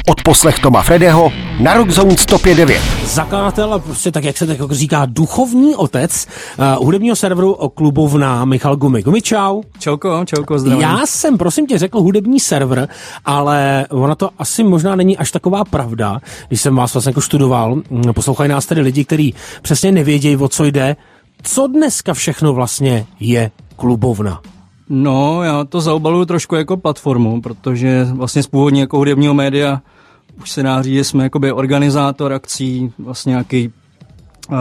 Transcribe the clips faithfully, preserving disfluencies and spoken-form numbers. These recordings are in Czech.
Odposlech Toma Fredeho na Rock Zone sto pět devět. Zakladatel, prostě tak, jak se tak říká, duchovní otec uh, hudebního serveru Klubovna Michal Gumi. Gumi, čau. Čauko, čauko, zdravím. Já jsem, prosím tě, řekl hudební server, ale ona to asi možná není až taková pravda, když jsem vás vlastně jako študoval. Poslouchají nás tedy lidi, kteří přesně nevědějí, o co jde. Co dneska všechno vlastně je Klubovna? No, já to zaobaluju trošku jako platformu, protože vlastně z původně jako hudebního média už se dá říct, že jsme jakoby organizátor akcí, vlastně nějaký uh,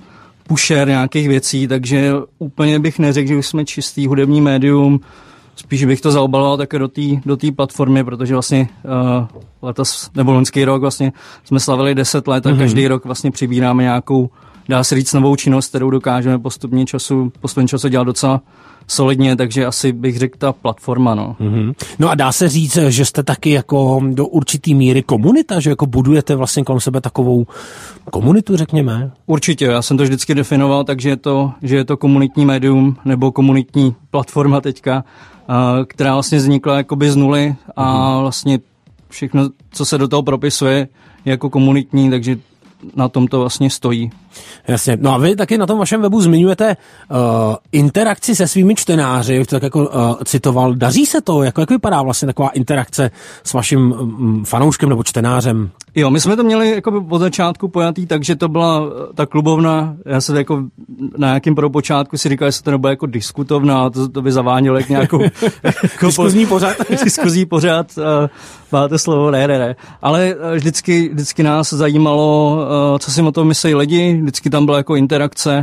pusher nějakých věcí, takže úplně bych neřekl, že už jsme čistý hudební médium, spíš bych to zaobaloval také do té do té platformy, protože vlastně uh, letos, nebo loňský rok vlastně jsme slavili deset let a mm-hmm. každý rok vlastně přibíráme nějakou, dá se říct, novou činnost, kterou dokážeme postupně času, postupně času dělat docela solidně, takže asi bych řekl ta platforma, no. Mm-hmm. No a dá se říct, že jste taky jako do určitý míry komunita, že jako budujete vlastně kolem sebe takovou komunitu, řekněme? Určitě, já jsem to vždycky definoval, takže je to, že je to komunitní médium nebo komunitní platforma teďka, která vlastně vznikla jakoby z nuly a mm-hmm. vlastně všechno, co se do toho propisuje, je jako komunitní, takže na tom to vlastně stojí. Jasně. No a vy taky na tom vašem webu zmiňujete uh, interakci se svými čtenáři, tak jako uh, citoval. Daří se to? Jako, jak vypadá vlastně taková interakce s vaším um, fanouškem nebo čtenářem? Jo, my jsme to měli jako od začátku pojatý, takže to byla ta klubovna, já se jako na nějakým prvopočátku si říkal, že se to nebude jako diskutovna, to, to by zavánělo jak nějakou jako diskuzní pořád. diskuzní pořád, uh, máte slovo, ne, ne, ne. Ale vždycky, vždycky nás zajímalo, uh, co si o tom myslí lidi, vždycky tam byla jako interakce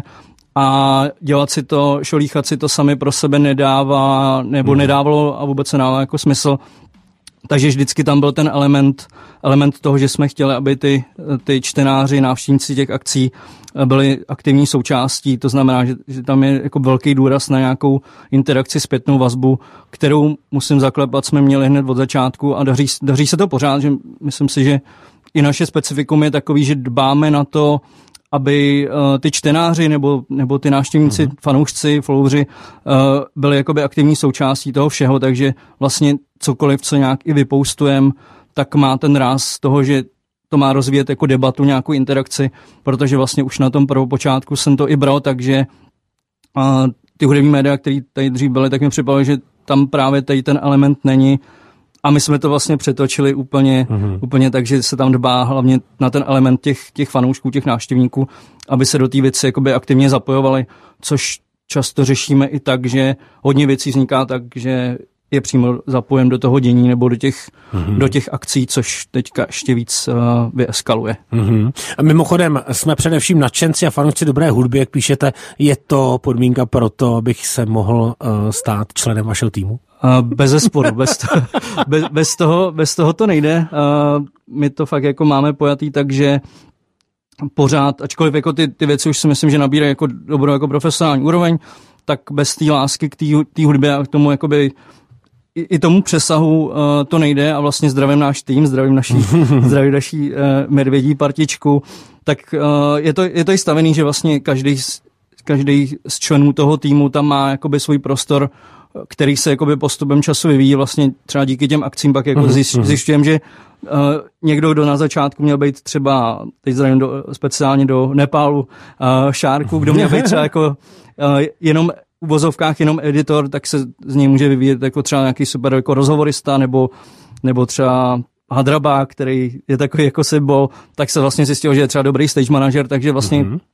a dělat si to, šolíchat si to sami pro sebe nedává, nebo hmm. nedávalo a vůbec se dává jako smysl. Takže vždycky tam byl ten element, element toho, že jsme chtěli, aby ty, ty čtenáři, návštěvníci těch akcí byli aktivní součástí. To znamená, že, že tam je jako velký důraz na nějakou interakci, zpětnou vazbu, kterou, musím zaklepat, jsme měli hned od začátku a daří, daří se to pořád, že myslím si, že i naše specifikum je takový, že dbáme na to, aby uh, ty čtenáři nebo, nebo ty návštěvníci, uh-huh. fanoušci, followři uh, byli jakoby aktivní součástí toho všeho, takže vlastně cokoliv, co nějak i vypoustujeme, tak má ten ráz toho, že to má rozvíjet jako debatu, nějakou interakci, protože vlastně už na tom prvopočátku jsem to i bral, takže uh, ty hudební média, které tady dřív byly, tak mi připadalo, že tam právě tady ten element není. A my jsme to vlastně přetočili úplně, mm-hmm. úplně tak, že se tam dbá hlavně na ten element těch, těch fanoušků, těch návštěvníků, aby se do té věci jakoby aktivně zapojovali, což často řešíme i tak, že hodně věcí vzniká tak, že je přímo zapojen do toho dění nebo do těch, mm-hmm. do těch akcí, což teďka ještě víc uh, vyeskaluje. Mm-hmm. A mimochodem jsme především nadšenci a fanoušci dobré hudby, jak píšete, je to podmínka pro to, abych se mohl uh, stát členem vašeho týmu? Uh, bez zesporu, bez, to, bez, bez, toho, bez toho to nejde. Uh, my to fakt jako máme pojatý, takže pořád, ačkoliv jako ty, ty věci už si myslím, že nabírají jako dobrou jako profesionální úroveň, tak bez té lásky k té hudbě a k tomu jakoby i, i tomu přesahu uh, to nejde a vlastně zdravím náš tým, zdravím naší, zdravím naší uh, medvědí partičku, tak uh, je, to, je to i stavený, že vlastně každý, každý z členů toho týmu tam má jakoby svůj prostor, který se jakoby postupem času vyvíjí, vlastně třeba díky těm akcím pak jako zjišť, zjišťujem, že uh, někdo, kdo na začátku měl být třeba, teď zdravím do, speciálně do Nepálu, uh, Šárku, kdo měl být třeba jako uh, jenom v uvozovkách jenom editor, tak se z něj může vyvíjet jako třeba nějaký super jako rozhovorista, nebo, nebo třeba Hadraba, který je takový jako symbol, tak se vlastně zjistil, že je třeba dobrý stage manager, takže vlastně uh,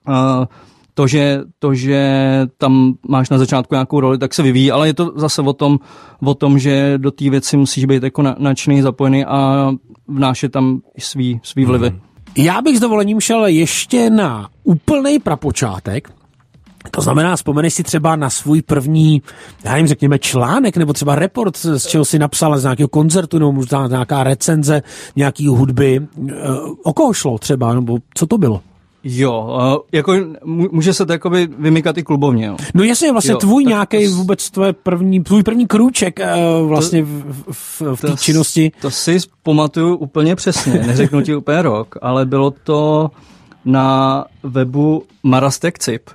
To že, to, že tam máš na začátku nějakou roli, tak se vyvíjí, ale je to zase o tom, o tom že do té věci musíš být jako nadšený, zapojený a vnášet tam i svý, svý vlivy. Já bych s dovolením šel ještě na úplnej prapočátek. To znamená, vzpomeneš si třeba na svůj první, já jim řekněme, článek, nebo třeba report, z čeho si napsal, z nějakého koncertu, nebo možná nějaká recenze, nějaký hudby. O koho šlo třeba, nebo co to bylo? Jo, jako může se to jakoby vymykat i klubovně, jo. No jasně, vlastně jo, tvůj nějaký to, vůbec tvoje první, tvůj první krůček vlastně to, v, v, v té to, činnosti. To si pamatuju úplně přesně, neřeknu ti úplně rok, ale bylo to na webu Marastek Cip,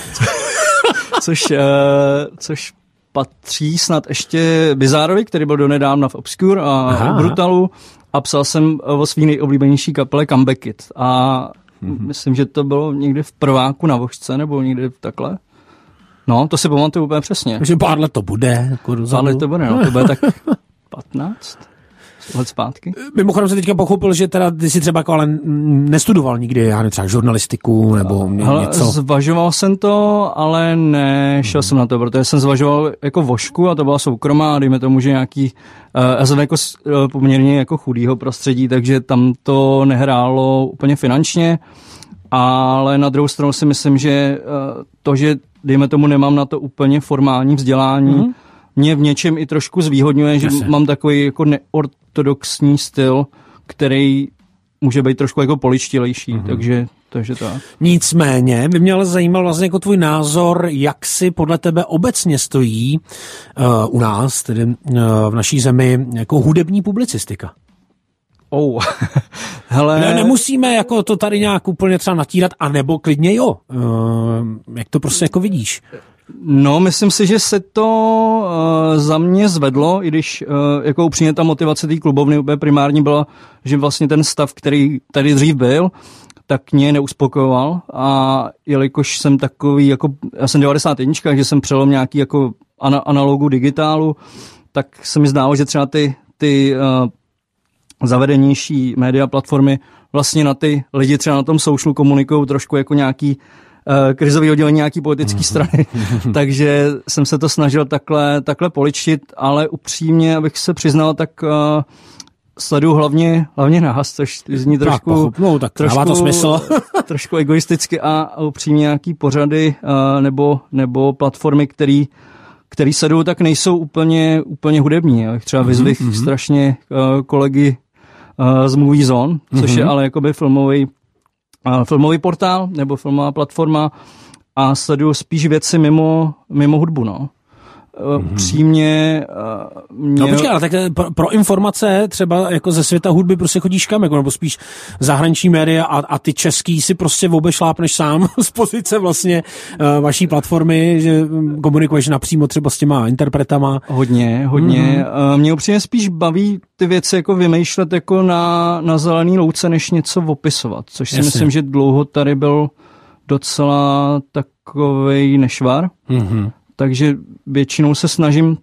což, což patří snad ještě Bizárovi, který byl donedávna v Obscure a Aha. Brutalu. a psal jsem o svý nejoblíbenější kapele Comeback Kid. A mm-hmm. myslím, že to bylo někdy v prváku na Vožce, nebo někdy takhle. No, to si pamatuju úplně přesně. Takže pár let to bude. Jako pár let to bude, no, to bude tak patnáct let zpátky. Mimochodem se teďka pochopil, že teda ty si třeba jako ale nestudoval nikdy, já nevím, třeba žurnalistiku nebo Hele, něco. Zvažoval jsem to, ale nešel hmm. jsem na to, protože jsem zvažoval jako vošku a to byla soukromá, dejme tomu, že nějaký, uh, já jsem jako uh, poměrně jako chudýho prostředí, takže tam to nehrálo úplně finančně, ale na druhou stranu si myslím, že uh, to, že dejme tomu nemám na to úplně formální vzdělání, hmm. mě v něčem i trošku zvýhodňuje, že Jasně. mám takový jako neortodoxní styl, který může být trošku jako poličtilejší, mm-hmm. takže, takže tak. Nicméně by mě ale zajímal vlastně jako tvůj názor, jak si podle tebe obecně stojí uh, u nás, tedy uh, v naší zemi, jako hudební publicistika. Oh. Hele. Ne, nemusíme jako to tady nějak úplně třeba natírat, anebo klidně jo. Uh, jak to prostě jako vidíš? No, myslím si, že se to uh, za mě zvedlo, i když uh, jako upřímně ta motivace té klubovny úplně primární byla, že vlastně ten stav, který tady dřív byl, tak mě neuspokojoval a jelikož jsem takový, jako já jsem devadesát jedna, že jsem přelom nějaký jako ana, analogu digitálu, tak se mi zdálo, že třeba ty, ty uh, zavedenější média platformy vlastně na ty lidi třeba na tom socialu komunikují trošku jako nějaký uh, krizový oddělení nějaký politický mm-hmm. strany. Takže jsem se to snažil takhle, takhle poličtit, ale upřímně, abych se přiznal, tak uh, sleduju hlavně, hlavně nás, což zní trošku, tak, no, tak trošku, to smysl. trošku egoisticky a, a upřímně nějaký pořady uh, nebo, nebo platformy, který který sleduju, tak nejsou úplně, úplně hudební. Já bych třeba vyzvih mm-hmm. strašně uh, kolegy uh, z Movie Zone, což mm-hmm. je ale jakoby filmový, uh, filmový portál nebo filmová platforma a sleduju spíš věci mimo, mimo hudbu, no. Mm-hmm. Přímě uh, mě... No počkej, ale tak pro, pro informace třeba jako ze světa hudby prostě chodíš kam, jako, nebo spíš zahraniční média a, a ty český si prostě obešlápneš sám z pozice vlastně uh, vaší platformy, že komunikuješ napřímo třeba s těma interpretama. Hodně, hodně. Mm-hmm. Uh, mě upřímně spíš baví ty věci jako vymýšlet jako na, na zelený louce, než něco opisovat, což si Jasně. myslím, že dlouho tady byl docela takovej nešvar. Mhm. Takže většinou se snažím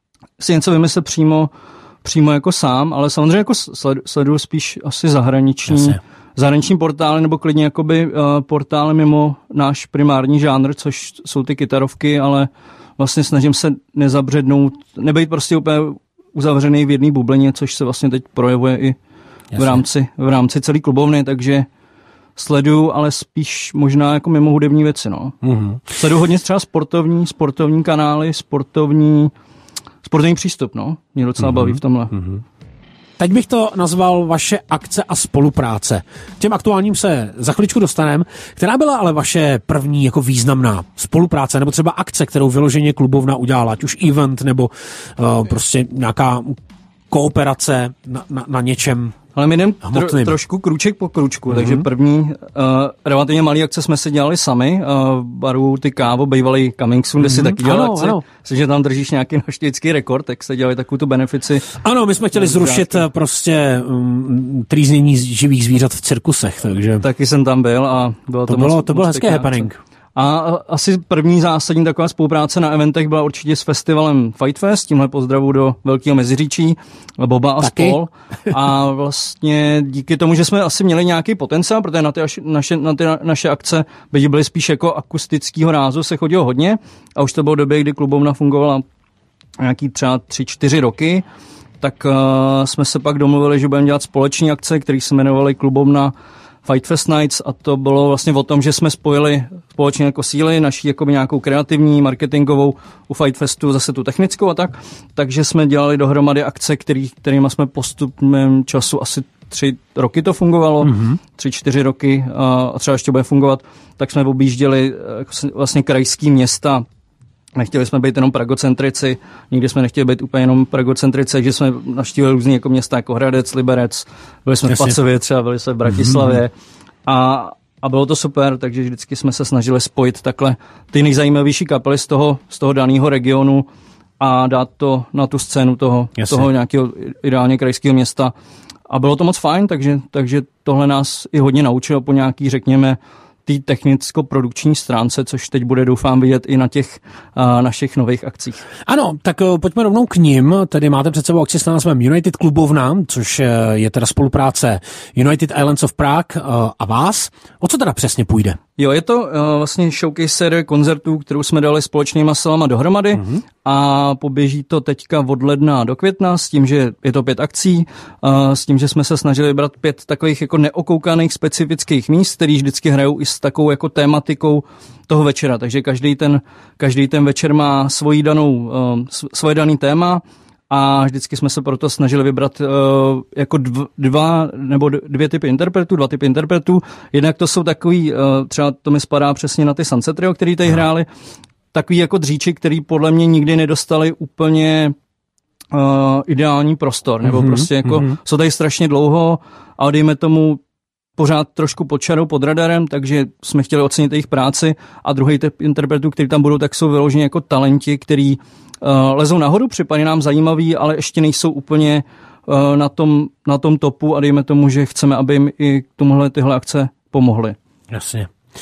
si něco vymyslet přímo, přímo jako sám, ale samozřejmě jako sleduju spíš asi zahraniční, zahraniční portály nebo klidně jakoby uh, portály mimo náš primární žánr, což jsou ty kytarovky, ale vlastně snažím se nezabřednout, nebejt prostě úplně uzavřený v jedné bublině, což se vlastně teď projevuje i v rámci, v rámci celé klubovny, takže sleduju, ale spíš možná jako mimo hudební věci, no. Mm-hmm. Sleduju hodně třeba sportovní, sportovní kanály, sportovní, sportovní přístup, no. Mě docela mm-hmm. baví v tomhle. Mm-hmm. Teď bych to nazval vaše akce a spolupráce. K těm aktuálním se za chviličku dostaneme. Která byla ale vaše první jako významná spolupráce, nebo třeba akce, kterou vyloženě klubovna udělala, ať už event, nebo uh, prostě nějaká kooperace na, na, na něčem. Ale my jdem tro, trošku krůček po krůčku, mm-hmm. takže první uh, relativně malý akce jsme si dělali sami, uh, v baru Ty Kávo, bývalý Coming Soon, kde mm-hmm. si taky dělal ano, akce. Ano. Myslím, že tam držíš nějaký naštěvský rekord, tak se dělali takovou tu benefici. Ano, my jsme chtěli zrušit zrádky. prostě um, trýznění živých zvířat v cirkusech, takže... Taky jsem tam byl a bylo to, to moc, bylo, to moc byl hezký happening. Akce. A asi první zásadní taková spolupráce na eventech byla určitě s festivalem Fight Fest, tímhle pozdravu do Velkého Meziříčí, Boba a Taky. spol. A vlastně díky tomu, že jsme asi měli nějaký potenciál, protože na ty naše, na ty naše akce byly spíš jako akustického rázu, se chodilo hodně a už to bylo době, kdy klubovna fungovala nějaký třeba tři, čtyři roky, tak uh, jsme se pak domluvili, že budeme dělat společní akce, které se jmenovaly Klubovna Fight Fest Nights a to bylo vlastně o tom, že jsme spojili společně jako síly, naší jako nějakou kreativní, marketingovou, u Fight Festu zase tu technickou a tak, takže jsme dělali dohromady akce, který, kterýma jsme postupem času asi tři roky to fungovalo, mm-hmm. tři, čtyři roky a třeba ještě bude fungovat, tak jsme objížděli vlastně krajský města. Nechtěli jsme být jenom pragocentrici, nikdy jsme nechtěli být úplně jenom pragocentrici, takže jsme navštívili různý jako města jako Hradec, Liberec, byli jsme Jasně. v Pacově třeba, byli jsme v Bratislavě mm-hmm. a, a bylo to super, takže vždycky jsme se snažili spojit takhle ty nejzajímavější kapely z toho, z toho daného regionu a dát to na tu scénu toho, toho nějakého ideálně krajského města. a bylo to moc fajn, takže, takže tohle nás i hodně naučilo po nějaký, řekněme, té technicko-produkční stránce, což teď bude, doufám, vidět i na těch uh, našich nových akcích. Ano, tak uh, pojďme rovnou k nim. Tady máte před sebou akci s názvem United Klubovna, což uh, je teda spolupráce United Islands of Prague uh, a vás. O co teda přesně půjde? Jo, je to uh, vlastně showcase série koncertů, kterou jsme dali společnýma silama dohromady mm-hmm. a poběží to teďka od ledna do května s tím, že je to pět akcí, uh, s tím, že jsme se snažili vybrat pět takových jako neokoukaných specifických míst, který vždycky hrajou i s takovou jako tématikou toho večera, takže každý ten, každý ten večer má svoji danou, uh, svoje daný téma. A vždycky jsme se proto snažili vybrat uh, jako dv, dva nebo dvě typy interpretů, dva typy interpretů. Jednak to jsou takový, uh, třeba to mi spadá přesně na ty Sunset Trio, který tady hráli, takový jako dříči, který podle mě nikdy nedostali úplně uh, ideální prostor, nebo mm-hmm, prostě jako mm-hmm. jsou tady strašně dlouho, ale dejme tomu pořád trošku pod čarou, pod radarem, takže jsme chtěli ocenit jejich práci. A druhý typ interpretů, který tam budou, tak jsou vyloženě jako talenti, který uh, lezou nahoru, připadají nám zajímaví, ale ještě nejsou úplně uh, na tom, na tom topu a dejme tomu, že chceme, aby jim i k tomuhle tyhle akce pomohly. Jasně.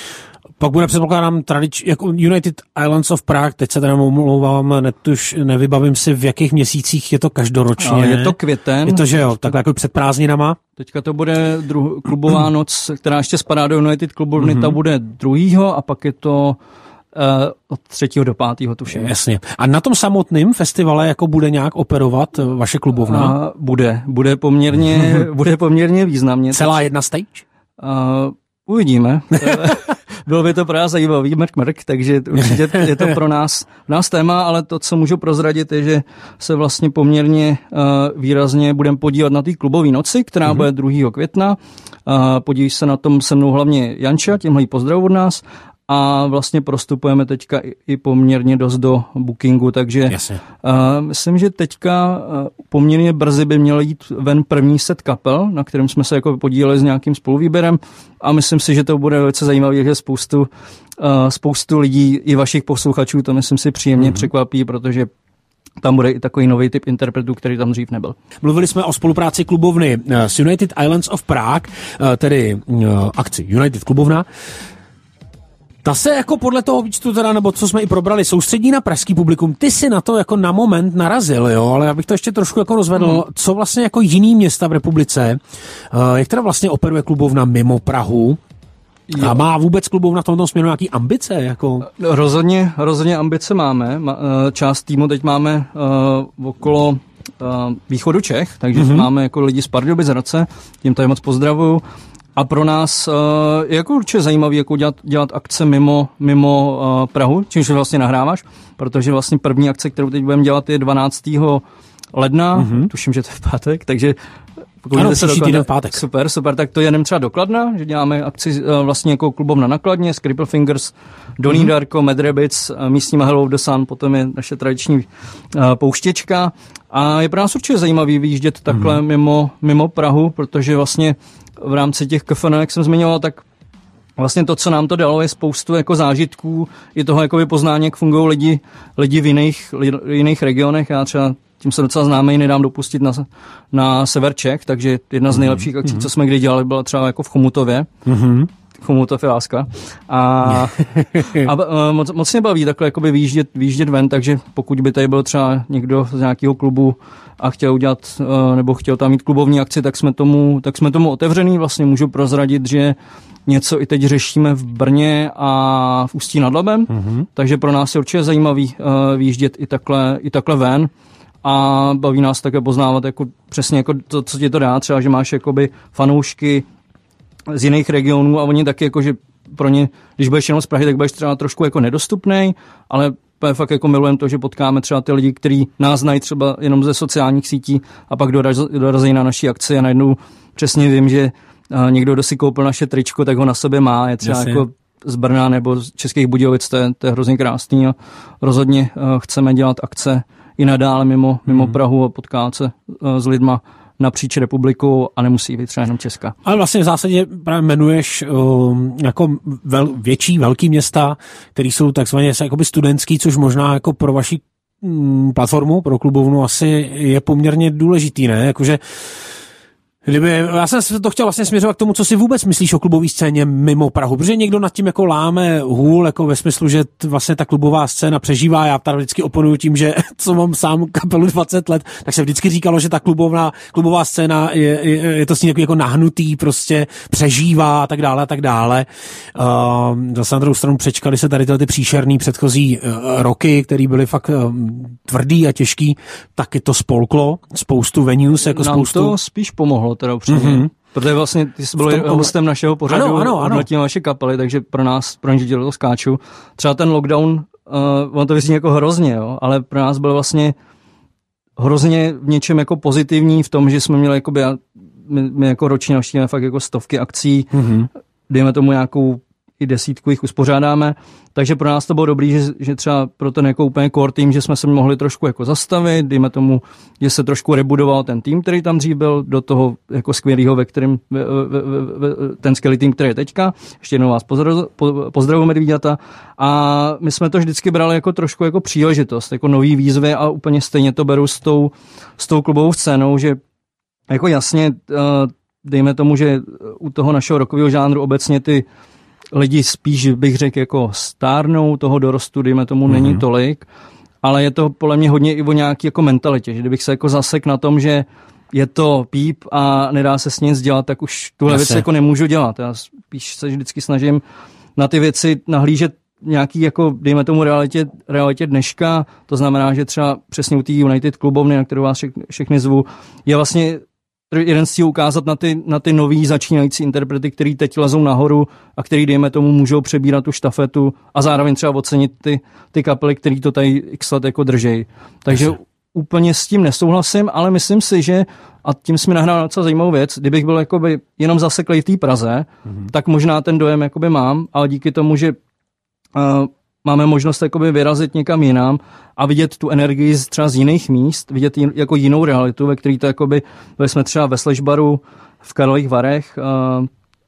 Pak bude, předpokládám, tradič, jako United Islands of Prague, teď se teda omlouvám, netuž, nevybavím si, v jakých měsících je to každoročně. Ale je to květen. Je to, že jo, takhle jako před prázdninama. Teďka to bude dru- klubová noc, která ještě spadá do United klubovny, mm-hmm. ta bude druhýho a pak je to uh, od třetího do pátého tuším. Jasně. A na tom samotném festivale jako bude nějak operovat vaše klubovna? Uh, bude. Bude poměrně, bude poměrně významně. Celá jedna stage? Uh, uvidíme. Bylo by to pro nás zajímavý mrk mrk, takže určitě je to pro nás, nás téma, ale to, co můžu prozradit, je, že se vlastně poměrně uh, výrazně budeme podívat na té klubové noci, která mm-hmm. bude druhého května. Uh, podíví se na tom se mnou hlavně Janča, tímhle jí pozdrav od nás. A vlastně prostupujeme teďka i, i poměrně dost do bookingu, takže uh, myslím, že teďka uh, poměrně brzy by měl jít ven první set kapel, na kterém jsme se jako podíleli s nějakým spoluvýběrem a myslím si, že to bude velice zajímavé, že spoustu, uh, spoustu lidí i vašich posluchačů to myslím si příjemně mm-hmm. překvapí, protože tam bude i takový nový typ interpretů, který tam dřív nebyl. Mluvili jsme o spolupráci klubovny s United Islands of Prague, tedy akci United klubovna. Ta se jako podle toho výčtu teda, nebo co jsme i probrali, soustředí na pražský publikum. Ty si na to jako na moment narazil, jo, ale abych to ještě trošku jako rozvedl, hmm. co vlastně jako jiný města v republice, uh, jak teda vlastně operuje klubovna mimo Prahu? Jo. A má vůbec klubovna v tomto směru nějaký ambice? Jako? Rozhodně, rozhodně ambice máme. Část týmu teď máme uh, okolo uh, východu Čech, takže mm-hmm. máme jako lidi z Pardubic, z Hradce, tím tady moc pozdravuju. A pro nás uh, je jako určitě zajímavý jako dělat, dělat akce mimo, mimo uh, Prahu, čímž vlastně nahráváš, protože vlastně první akce, kterou teď budeme dělat, je dvanáctého ledna, mm-hmm. tuším, že to je v pátek, takže pokud ano, se týden v pátek. Super, super, tak to jedeme třeba do Kladna, že děláme akci uh, vlastně jako klubovna na Kladně, s Cripple Fingers, Donnie mm-hmm. Darko, Mad Rabbits, uh, místní Hello of the Sun, potom je naše tradiční uh, pouštěčka a je pro nás určitě zajímavý vyjíždět takhle mm-hmm. mimo, mimo Prahu, protože vlastně v rámci těch K F N, jak jsem zmiňoval, tak vlastně to, co nám to dalo, je spoustu jako zážitků, i toho jakoby poznání, jak fungují lidi, lidi v jiných, v jiných regionech. Já třeba tím se docela známý, nedám dopustit na, na sever Čech, takže jedna z nejlepších akcí, mm-hmm. co jsme kdy dělali, byla třeba jako v Chomutově. Mm-hmm. Chomutov je láska. A, a moc, moc mě baví takhle jakoby výjíždět, výjíždět ven, takže pokud by tady byl třeba někdo z nějakého klubu a chtěl udělat, nebo chtěl tam mít klubovní akci, tak jsme tomu, tak jsme tomu otevřený. Vlastně můžu prozradit, že něco i teď řešíme v Brně a v Ústí nad Labem, mm-hmm. takže pro nás je určitě zajímavý uh, výjíždět i takhle, i takhle ven. A baví nás také poznávat jako přesně jako to, co ti to dá, třeba, že máš jakoby fanoušky z jiných regionů a oni taky jako, že pro ně, když budeš jenom z Prahy, tak budeš třeba trošku jako nedostupnej, ale fakt jako milujeme to, že potkáme třeba ty lidi, kteří nás znají třeba jenom ze sociálních sítí a pak doraz, dorazí na naší akci a najednou přesně vím, že někdo, kdo si koupil naše tričko, tak ho na sobě má, je třeba Jasně. jako z Brna nebo z Českých Budějovic, to je, to je hrozně krásný a rozhodně chceme dělat akce i nadále mimo, mimo hmm. Prahu a potkávat se s lidma napříč republikou a nemusí být třeba jenom Česka. Ale vlastně v zásadě právě jmenuješ um, jako vel, větší, velký města, které jsou takzvaně jakoby studentský, což možná jako pro vaši um, platformu, pro klubovnu asi je poměrně důležitý, ne? Jakože Kdyby, já jsem to chtěl vlastně směřovat k tomu, co si vůbec myslíš o klubové scéně mimo Prahu, protože někdo nad tím jako láme hůl, jako ve smyslu, že t, vlastně ta klubová scéna přežívá. Já tady vždycky oponuju tím, že co mám sám kapelu dvacet let, tak se vždycky říkalo, že ta klubová, klubová scéna je, je, je to s ní jako nahnutý, prostě přežívá a tak dále a tak dále. Uh, zase na druhou stranu přečkali se tady tyhle ty příšerný předchozí uh, roky, které byly fakt uh, tvrdý a těžký, taky to spolklo, spoustu venues, jako Nám spoustu... to spíš pomohlo teda upřímně. Mm-hmm. Protože vlastně ty jsi byl tom... hostem našeho pořadu, ano, ano, ano. hodnotíme vaše kapely, takže pro nás, pro ně to skáču. Třeba ten lockdown, uh, on to vyzní jako hrozně, jo, ale pro nás byl vlastně hrozně v něčem jako pozitivní v tom, že jsme měli jakoby, my, my jako ročně navštívíme fakt jako stovky akcí, mm-hmm. dejme tomu nějakou i desítku jich uspořádáme, takže pro nás to bylo dobrý, že, že třeba pro ten jako úplně core tým, že jsme se mohli trošku jako zastavit, dejme tomu, že se trošku rebudoval ten tým, který tam dřív byl, do toho jako skvělýho, ve kterém ve, ve, ve, ten skvělý tým, který je teďka. Ještě jednou vás pozdravuji, pozdravuji Medvíďata. A my jsme to vždycky brali jako trošku jako příležitost, jako nový výzvy a úplně stejně to beru s tou, s tou klubovou scénou, že jako jasně, dejme tomu, že u toho našeho rockového žánru obecně ty lidi spíš bych řekl jako stárnou, toho dorostu, dejme tomu, mm-hmm. není tolik, ale je to podle mě hodně i o nějaký jako mentalitě, že kdybych se jako zasek na tom, že je to píp a nedá se s nic dělat, tak už tuhle věc jako nemůžu dělat. Já spíš se vždycky snažím na ty věci nahlížet nějaký jako, dejme tomu, realitě, realitě dneška, to znamená, že třeba přesně u té United klubovny, na kterou vás všechny, všechny zvu, je vlastně jeden z cílů ukázat na ty, na ty nový začínající interprety, který teď lezou nahoru a který, dejme tomu, můžou přebírat tu štafetu a zároveň třeba ocenit ty, ty kapely, který to tady x let jako držej. Takže Asi. úplně s tím nesouhlasím, ale myslím si, že, a tím jsi mi nahrál docela zajímavou věc, kdybych byl jakoby jenom zaseklej v té Praze, mm-hmm. tak možná ten dojem jakoby mám, ale díky tomu, že uh, máme možnost jakoby vyrazit někam jinam a vidět tu energii třeba z jiných míst, vidět jin, jako jinou realitu, ve který to jakoby, byli jsme třeba ve Slashbaru v Karlových Varech a,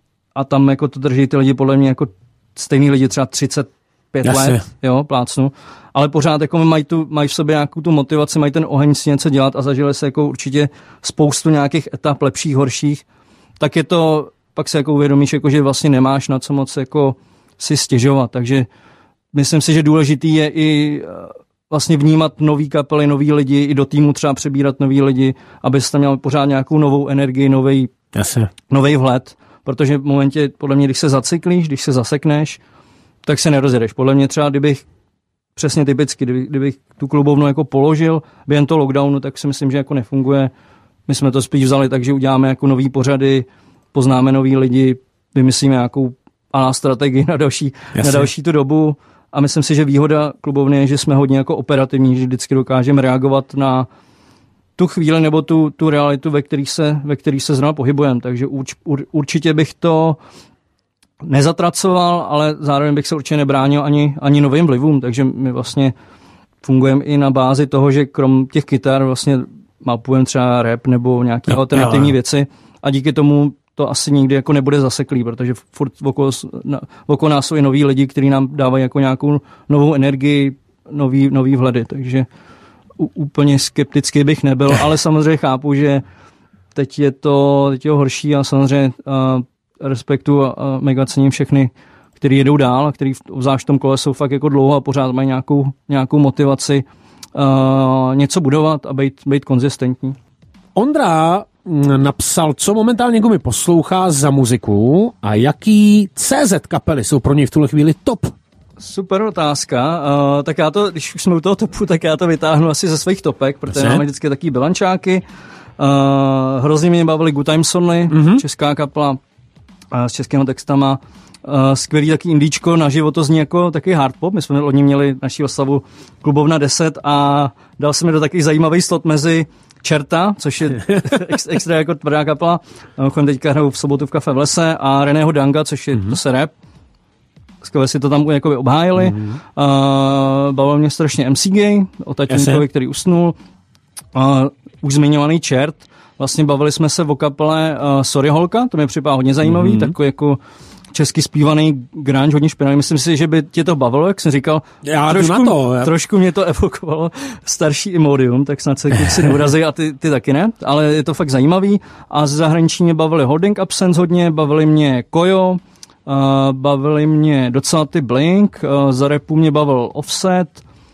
a tam jako to drží ty lidi podle mě jako stejný lidi třeba třicet pět Jasně. let, jo, plácnu, ale pořád jako mají, tu, mají v sobě nějakou tu motivaci, mají ten oheň si něco dělat a zažili se jako určitě spoustu nějakých etap lepších, horších, tak je to, pak se jako uvědomíš, jako, že vlastně nemáš na co moc jako si stěžovat, takže myslím si, že důležitý je i vlastně vnímat nový kapely, nový lidi, i do týmu třeba přebírat nový lidi, abyste tam měl pořád nějakou novou energii, novej, novej vhled, protože v momentě, podle mě, když se zacyklíš, když se zasekneš, tak se nerozjedeš. Podle mě třeba, kdybych přesně typicky, kdybych, kdybych tu klubovnu jako položil během toho lockdownu, tak si myslím, že jako nefunguje. My jsme to spíš vzali tak, že uděláme jako nový pořady, poznáme nový lidi, vymyslíme nějakou a strategii na další, na další tu dobu. A myslím si, že výhoda klubovny je, že jsme hodně jako operativní, že vždycky dokážeme reagovat na tu chvíli nebo tu, tu realitu, ve které se, ve který se zrovna pohybujeme. Takže urč, ur, určitě bych to nezatracoval, ale zároveň bych se určitě nebránil ani, ani novým vlivům. Takže my vlastně fungujeme i na bázi toho, že krom těch kytar vlastně mapujeme třeba rap nebo nějaké no, alternativní no. věci a díky tomu to asi nikdy jako nebude zaseklý, protože furt okolo, okolo nás jsou i noví lidi, kteří nám dávají jako nějakou novou energii, nový, nový vhledy, takže u, úplně skeptický bych nebyl, ale samozřejmě chápu, že teď je to, teď je to horší a samozřejmě uh, respektu a, a mega cením všechny, kteří jedou dál a kteří obzvlášť v tom kole jsou fakt jako dlouho a pořád mají nějakou, nějakou motivaci uh, něco budovat a být, být konzistentní. Ondra napsal, co momentálně někdo mi poslouchá za muziku a jaký C Z kapely jsou pro něj v tuhle chvíli top? Super otázka. Uh, tak já to, když už jsme u toho topu, tak já to vytáhnu asi ze svých topek, protože Jasně. máme vždycky taky bilančáky. Uh, hrozně mě bavili Good Times Only, mm-hmm. česká kapela uh, s českými textama. Uh, skvělý taky indíčko, naživo to zní jako taky hard pop. My jsme loni měli naši oslavu Klubovna deset a dal jsem mi do takový zajímavý slot mezi Čerta, což je ex, extra jako tvrdá kapela. Chodím teďka hraju v sobotu v kafe v lese a Reného Danga, což je mm-hmm. zase rap. Skvěle si to tam jakoby obhájili. Mm-hmm. Uh, bavil mě strašně M C Gay, o tatínkovi, který usnul. Uh, už zmiňovaný Čert. Vlastně bavili jsme se o kapele uh, Sorry Holka, to mi připadá hodně zajímavý, mm-hmm. takový jako česky zpívaný grunge, hodně špinavý. Myslím si, že by tě to bavilo, jak jsem říkal. Já trošku, na to. Já... Trošku mě to evokovalo starší Imodium, tak snad se kluci neurazí a ty, ty taky ne, ale je to fakt zajímavý. A z zahraničí mě bavili Holding Absence hodně, bavili mě Kojo, uh, bavili mě docela ty Blink, uh, za rapu mě bavil Offset,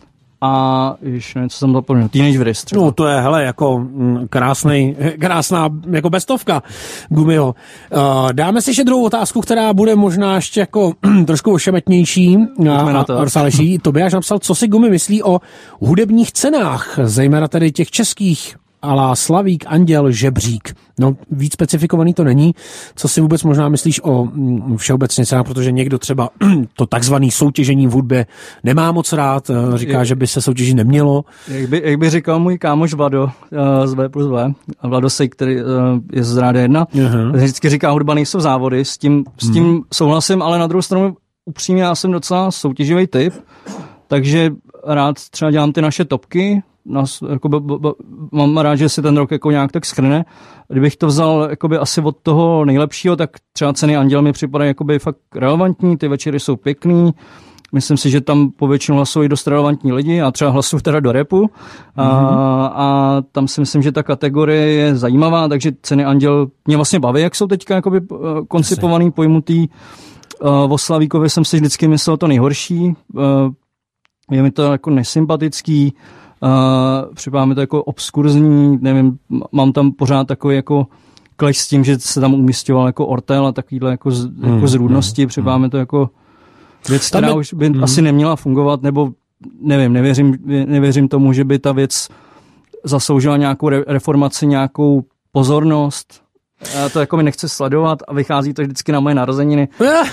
a již nevím, co jsem zapomněl, Teenage Wrist třeba. No to je, hele, jako krásnej, krásná jako bestovka Gumiho. Uh, dáme si ještě druhou otázku, která bude možná ještě jako trošku ošemetnější a, a rozsálejší. Tobiáš napsal, co si Gumi myslí o hudebních cenách, zejména tedy těch českých, ala Slavík, Anděl, Žebřík. No, víc specifikovaný to není. Co si vůbec možná myslíš o všeobecně cenách, protože někdo třeba to takzvaný soutěžení v hudbě nemá moc rád, říká, je, že by se soutěžit nemělo. Jak by, jak by říkal můj kámoš Vlado uh, z V plus V, Vlado Sej, který uh, je z Rádia jedna, uh-huh. vždycky říká, hudba nejsou závody, s tím, s tím hmm. souhlasím, ale na druhou stranu upřímně já jsem docela soutěživý typ, takže rád třeba dělám ty naše topky, Nás, jako, b, b, mám rád, že si ten rok jako nějak tak schrne. Kdybych to vzal jakoby, asi od toho nejlepšího, tak třeba ceny Anděl mi připadají jakoby, fakt relevantní, ty večery jsou pěkný. Myslím si, že tam po většinu hlasují dost relevantní lidi a třeba hlasují teda do rapu. Mm-hmm. A, a tam si myslím, že ta kategorie je zajímavá, takže ceny Anděl mě vlastně baví, jak jsou teďka jakoby, koncipovaný, pojmutý. Uh, o Slavíkovi jsem si vždycky myslel to nejhorší. Uh, je mi to jako nesympatický. Uh, připadá mi to jako obskurzní, nevím, mám tam pořád takový jako kleš s tím, že se tam umístěval jako ortel a takovýhle jako, z, mm, jako zrůdnosti, mm, připadá mi to jako věc, která je, už by mm. asi neměla fungovat, nebo nevím, nevěřím, nevěřím tomu, že by ta věc zasloužila nějakou re, reformaci, nějakou pozornost. Já to jako mi nechci sledovat a vychází to vždycky na moje narozeniny.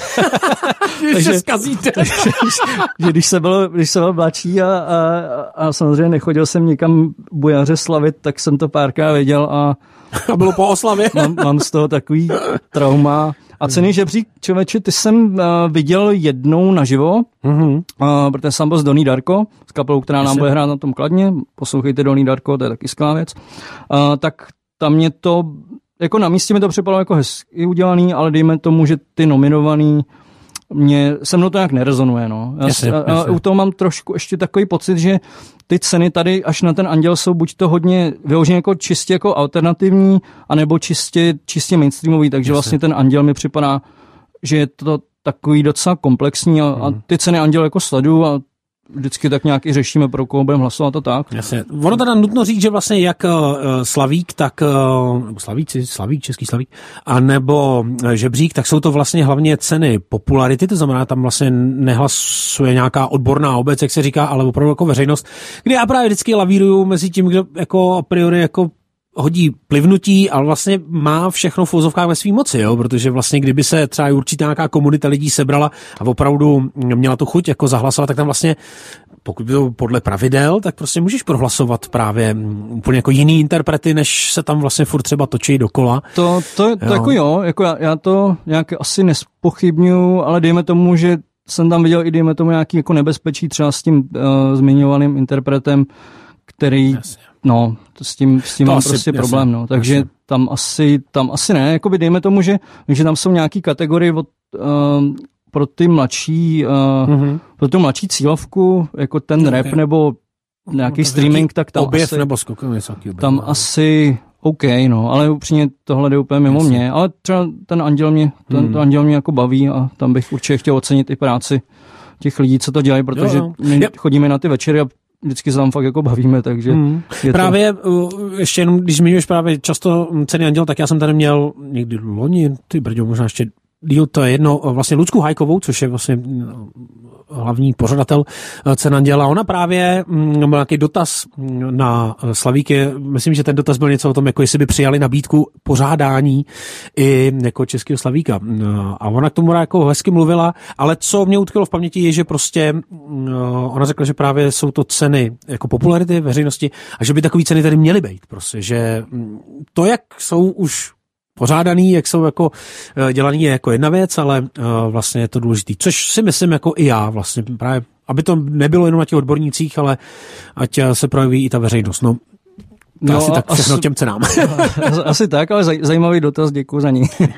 Když se zkazíte. Že když jsem byl, když jsem byl mladší a, a, a samozřejmě nechodil jsem nikam bujaře slavit, tak jsem to párkrát viděl a, a bylo po oslavě. mám, mám z toho takový trauma. A Ceny žebřík, člověče, ty jsem uh, viděl jednou naživo, mm-hmm. uh, protože jsem byl s Donnie Darko, s kapelou, která nám bude hrát na tom Kladně. Poslouchejte Donnie Darko, to je taky skvělá věc. Uh, tak tam mě to jako na místě mi to připadalo jako hezky udělaný, ale dejme tomu, že ty nominovaný mě, se mnou to nějak nerezonuje. No. Já, jasně, a, a u toho mám trošku ještě takový pocit, že ty ceny tady až na ten Anděl jsou buď to hodně vyloženě jako čistě jako alternativní, anebo čistě, čistě mainstreamový, takže jasně. Vlastně ten Anděl mi připadá, že je to takový docela komplexní a, hmm. a ty ceny Anděl jako sleduju a vždycky tak nějak i řešíme, pro koho budeme hlasovat a tak. Jasně. Ono teda nutno říct, že vlastně jak uh, Slavík, tak uh, Slavíci, Slavík, český Slavík, a nebo Žebřík, tak jsou to vlastně hlavně ceny popularity, to znamená, tam vlastně nehlasuje nějaká odborná obec, jak se říká, ale opravdu jako veřejnost, kde já právě vždycky lavíruju mezi tím, kdo jako a priori jako hodí plivnutí, ale vlastně má všechno v uvozovkách ve svý moci, jo? Protože vlastně kdyby se třeba určitá nějaká komunita lidí sebrala a opravdu měla tu chuť jako zahlasovat, tak tam vlastně, pokud by to podle pravidel, tak prostě můžeš prohlasovat právě úplně jako jiný interprety, než se tam vlastně furt třeba točí dokola. To, to, to jo. jako jo, jako já, já to nějak asi nespochybňuju, ale dejme tomu, že jsem tam viděl i dejme tomu nějaký jako nebezpečí třeba s tím uh, zmiňovaným interpretem, který Jasně. No, to s tím, s tím mám asi, prostě jasný, problém, no. Takže jasný. tam asi, tam asi ne. Jakoby dejme tomu, že, že tam jsou nějaký kategorie od, uh, pro ty mladší, uh, mm-hmm. pro tu mladší cílovku, jako ten okay. rap nebo nějaký no, streaming, tak tam objev asi, nebo skok, objev, tam no. asi OK, no, ale upřímně tohle jde úplně mimo jasný. Mě, ale třeba ten Anděl mě, ten, mm. ten Anděl mě jako baví a tam bych určitě chtěl ocenit i práci těch lidí, co to dělají, protože jo, jo. my yep. chodíme na ty večery a vždycky se tam fakt jako bavíme, takže... Hmm. Právě, to... ještě jenom, když zmiňuješ právě často Ceny Anděl, tak já jsem tady měl někdy loni, ty brďo, možná ještě díl, to je jedno, vlastně Lucku Hajkovou, což je vlastně hlavní pořadatel Cen Anděla. Ona právě měla nějaký dotaz na Slavíky, myslím, že ten dotaz byl něco o tom, jako jestli by přijali nabídku pořádání i jako českého Slavíka. A ona k tomu jako hezky mluvila, ale co mě utkvělo v paměti je, že prostě ona řekla, že právě jsou to ceny jako popularity veřejnosti a že by takové ceny tady měly být. Prostě, že to, jak jsou už pořádaný, jak jsou jako dělaný, je jako jedna věc, ale vlastně je to důležitý. Což si myslím jako i já vlastně právě, aby to nebylo jenom na těch odbornících, ale ať se projeví i ta veřejnost. No, to no, asi tak všechno asi, těm cenám. Asi tak, ale zaj, zajímavý dotaz, děkuji za ní.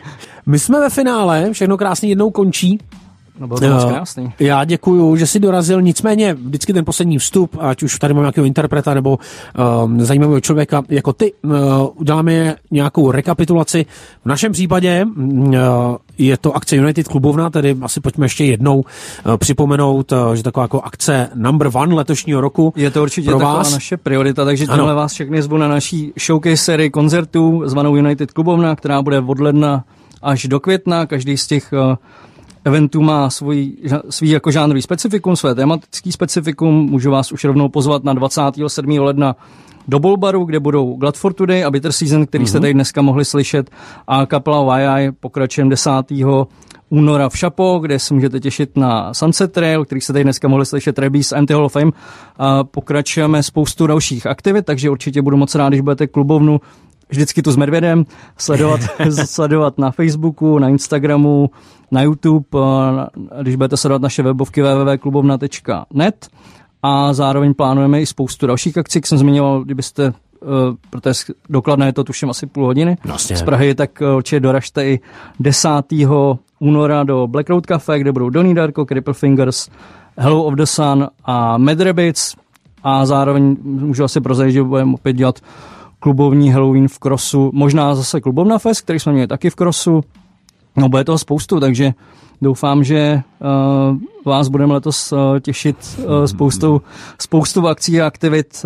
My jsme ve finále, všechno krásně jednou končí. No bylo to moc krásný. Já děkuju, že jsi dorazil, nicméně vždycky ten poslední vstup, ať už tady mám nějakého interpreta nebo um, zajímavého člověka jako ty, uh, uděláme nějakou rekapitulaci. V našem případě uh, je to akce United klubovna, tedy asi pojďme ještě jednou uh, připomenout, uh, že taková jako akce number one letošního roku. Je to určitě pro taková vás. Naše priorita, takže tímhle vás všechny zvu na naší showcase sérii koncertů zvanou United klubovna, která bude od ledna až do května. Každý z těch uh, eventů má svůj, svý jako žánrový specifikum, své tematický specifikum. Můžu vás už rovnou pozvat na dvacátého sedmého ledna do Bolbaru, kde budou Glad for Today a Bitter Season, který mm-hmm. jste tady dneska mohli slyšet, a kapela Y I pokračujeme desátého února v Šapo, kde se můžete těšit na Sunset Trail, který jste tady dneska mohli slyšet, Rebis, Anti Hall of Fame. A pokračujeme spoustu dalších aktivit, takže určitě budu moc rád, když budete klubovnu vždycky tu s Medvědem sledovat, sledovat na Facebooku, na Instagramu, na YouTube, když budete sledovat naše webovky w w w tečka klubovna tečka net, a zároveň plánujeme i spoustu dalších akcí, jak jsem zmiňoval, kdybyste, uh, protože dokladné je to tuším asi půl hodiny vlastně. Z Prahy, tak uh, určitě doražte i desátého února do Black Road Cafe, kde budou Donnie Darko, Cripple Fingers, Hello of the Sun a Mad Rabbits, a zároveň můžu asi prozradit, že budeme opět dělat klubovní Halloween v Crossu, možná zase klubovna fest, který jsme měli taky v Crossu. No, bude toho spoustu, takže doufám, že uh, vás budeme letos uh, těšit uh, spoustou, spoustou akcí a aktivit uh,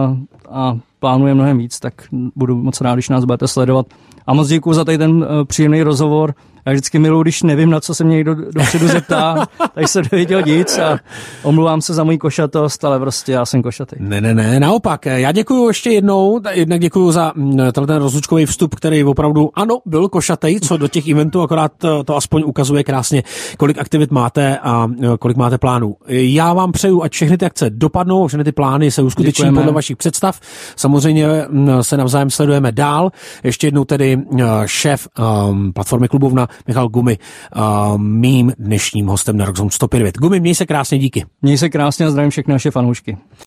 a plánujeme mnohem víc, tak budu moc rád, když nás budete sledovat. A moc děkuji za tady ten uh, příjemný rozhovor. Já vždycky miluji, když nevím, na co se mě někdo dopředu zeptá, tak jsem nevěděl nic a omluvám se za můj košatost, ale prostě já jsem košatý. Ne, ne, ne, naopak. Já děkuji ještě jednou, jednak děkuji za ten rozlučkový vstup, který opravdu, ano, byl košatý, co do těch eventů, akorát to aspoň ukazuje krásně, kolik aktivit máte a kolik máte plánů. Já vám přeju, ať všechny ty akce dopadnou, všechny ty plány se uskuteční Děkujeme. podle vašich představ. Samozřejmě se navzájem sledujeme dál. Ještě jednou tedy šéf um, platformy Klubovna Michal Gumi, uh, mým dnešním hostem na Rock Zone sto pět devět. Gumi, měj se krásně, díky. Měj se krásně a zdravím všechny naše fanoušky.